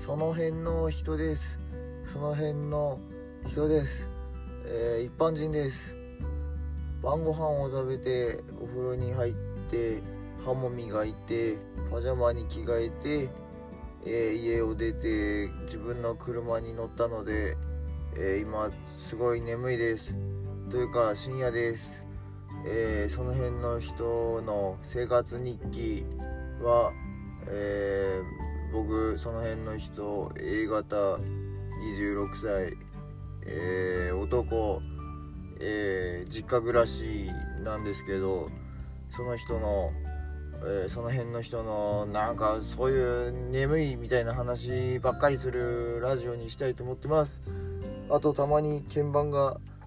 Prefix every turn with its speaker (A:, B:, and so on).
A: その辺の人です。その辺の人です。一般人です。晩ご飯を食べてお風呂に入って歯も磨いてパジャマに着替えて、家を出て自分の車に乗ったので、今すごい眠いですというか深夜です。その辺の人の生活日記は、僕その辺の人 A 型26歳、男、実家暮らしなんですけど、その人の、その辺の人のなんかそういう眠いみたいな話ばっかりするラジオにしたいと思ってます。あとたまに鍵盤が